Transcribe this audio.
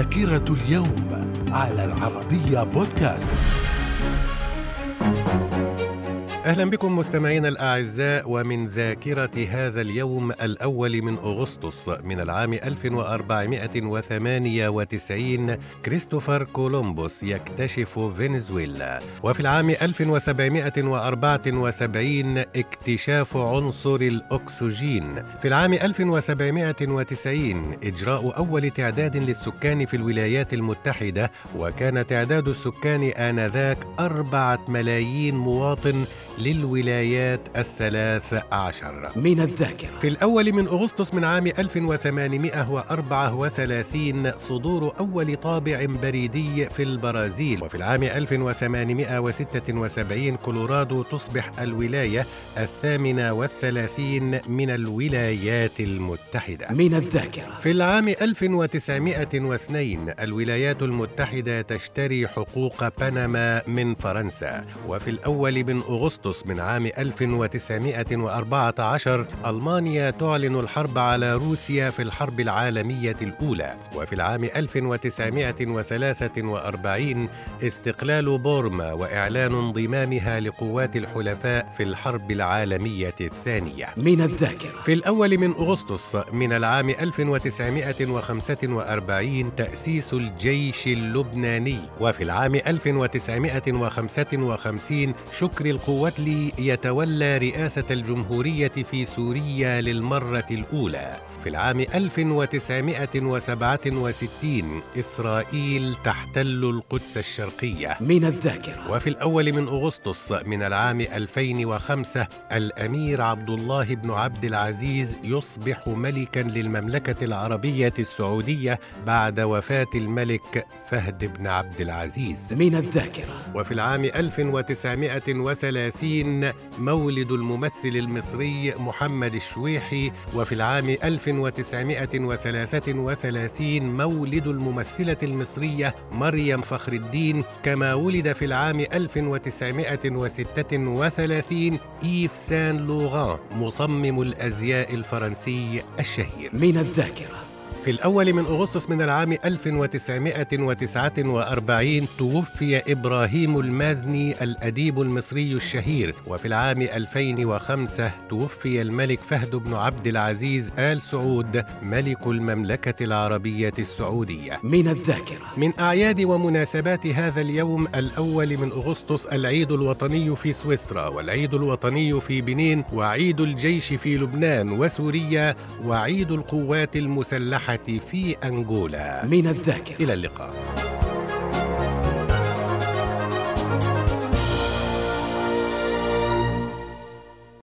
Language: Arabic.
ذاكرة اليوم على العربية بودكاست. أهلا بكم مستمعينا الأعزاء، ومن ذاكرة هذا اليوم الأول من أغسطس من العام 1498 كريستوفر كولومبوس يكتشف فنزويلا. وفي العام 1774 اكتشاف عنصر الأكسجين. في العام 1790 إجراء أول تعداد للسكان في الولايات المتحدة، وكان تعداد السكان آنذاك 4 ملايين مواطن للولايات 13. من الذاكرة. في الأول من أغسطس من عام 1834 صدور أول طابع بريدي في البرازيل. وفي العام 1876 كولورادو تصبح الولاية 38 من الولايات المتحدة. من الذاكرة. في العام 1902 الولايات المتحدة تشتري حقوق بنما من فرنسا. وفي الأول من أغسطس من عام 1914 ألمانيا تعلن الحرب على روسيا في الحرب العالمية الأولى. وفي العام 1943 استقلال بورما وإعلان انضمامها لقوات الحلفاء في الحرب العالمية الثانية. من الذاكرة. في الأول من أغسطس من العام 1945 تأسيس الجيش اللبناني. وفي العام 1955 شكري القواتلي يتولى رئاسة الجمهورية في سوريا للمرة الأولى. في العام 1967 إسرائيل تحتل القدس الشرقية. من الذاكرة. وفي الأول من أغسطس من العام 2005 الأمير عبد الله بن عبد العزيز يصبح ملكاً للمملكة العربية السعودية بعد وفاة الملك فهد بن عبد العزيز. من الذاكرة. وفي العام 1930 مولد الممثل المصري محمد الشويحي. وفي العام 1933 مولد الممثلة المصرية مريم فخر الدين. كما ولد في العام 1936 إيف سان لوران مصمم الأزياء الفرنسي الشهير. من الذاكرة. في الأول من أغسطس من العام 1949 توفي إبراهيم المازني الأديب المصري الشهير. وفي العام 2005 توفي الملك فهد بن عبد العزيز آل سعود ملك المملكة العربية السعودية. من الذاكرة. من أعياد ومناسبات هذا اليوم الأول من أغسطس العيد الوطني في سويسرا، والعيد الوطني في بنين، وعيد الجيش في لبنان وسوريا، وعيد القوات المسلحة في أنغولا. من الذاكرة. إلى اللقاء.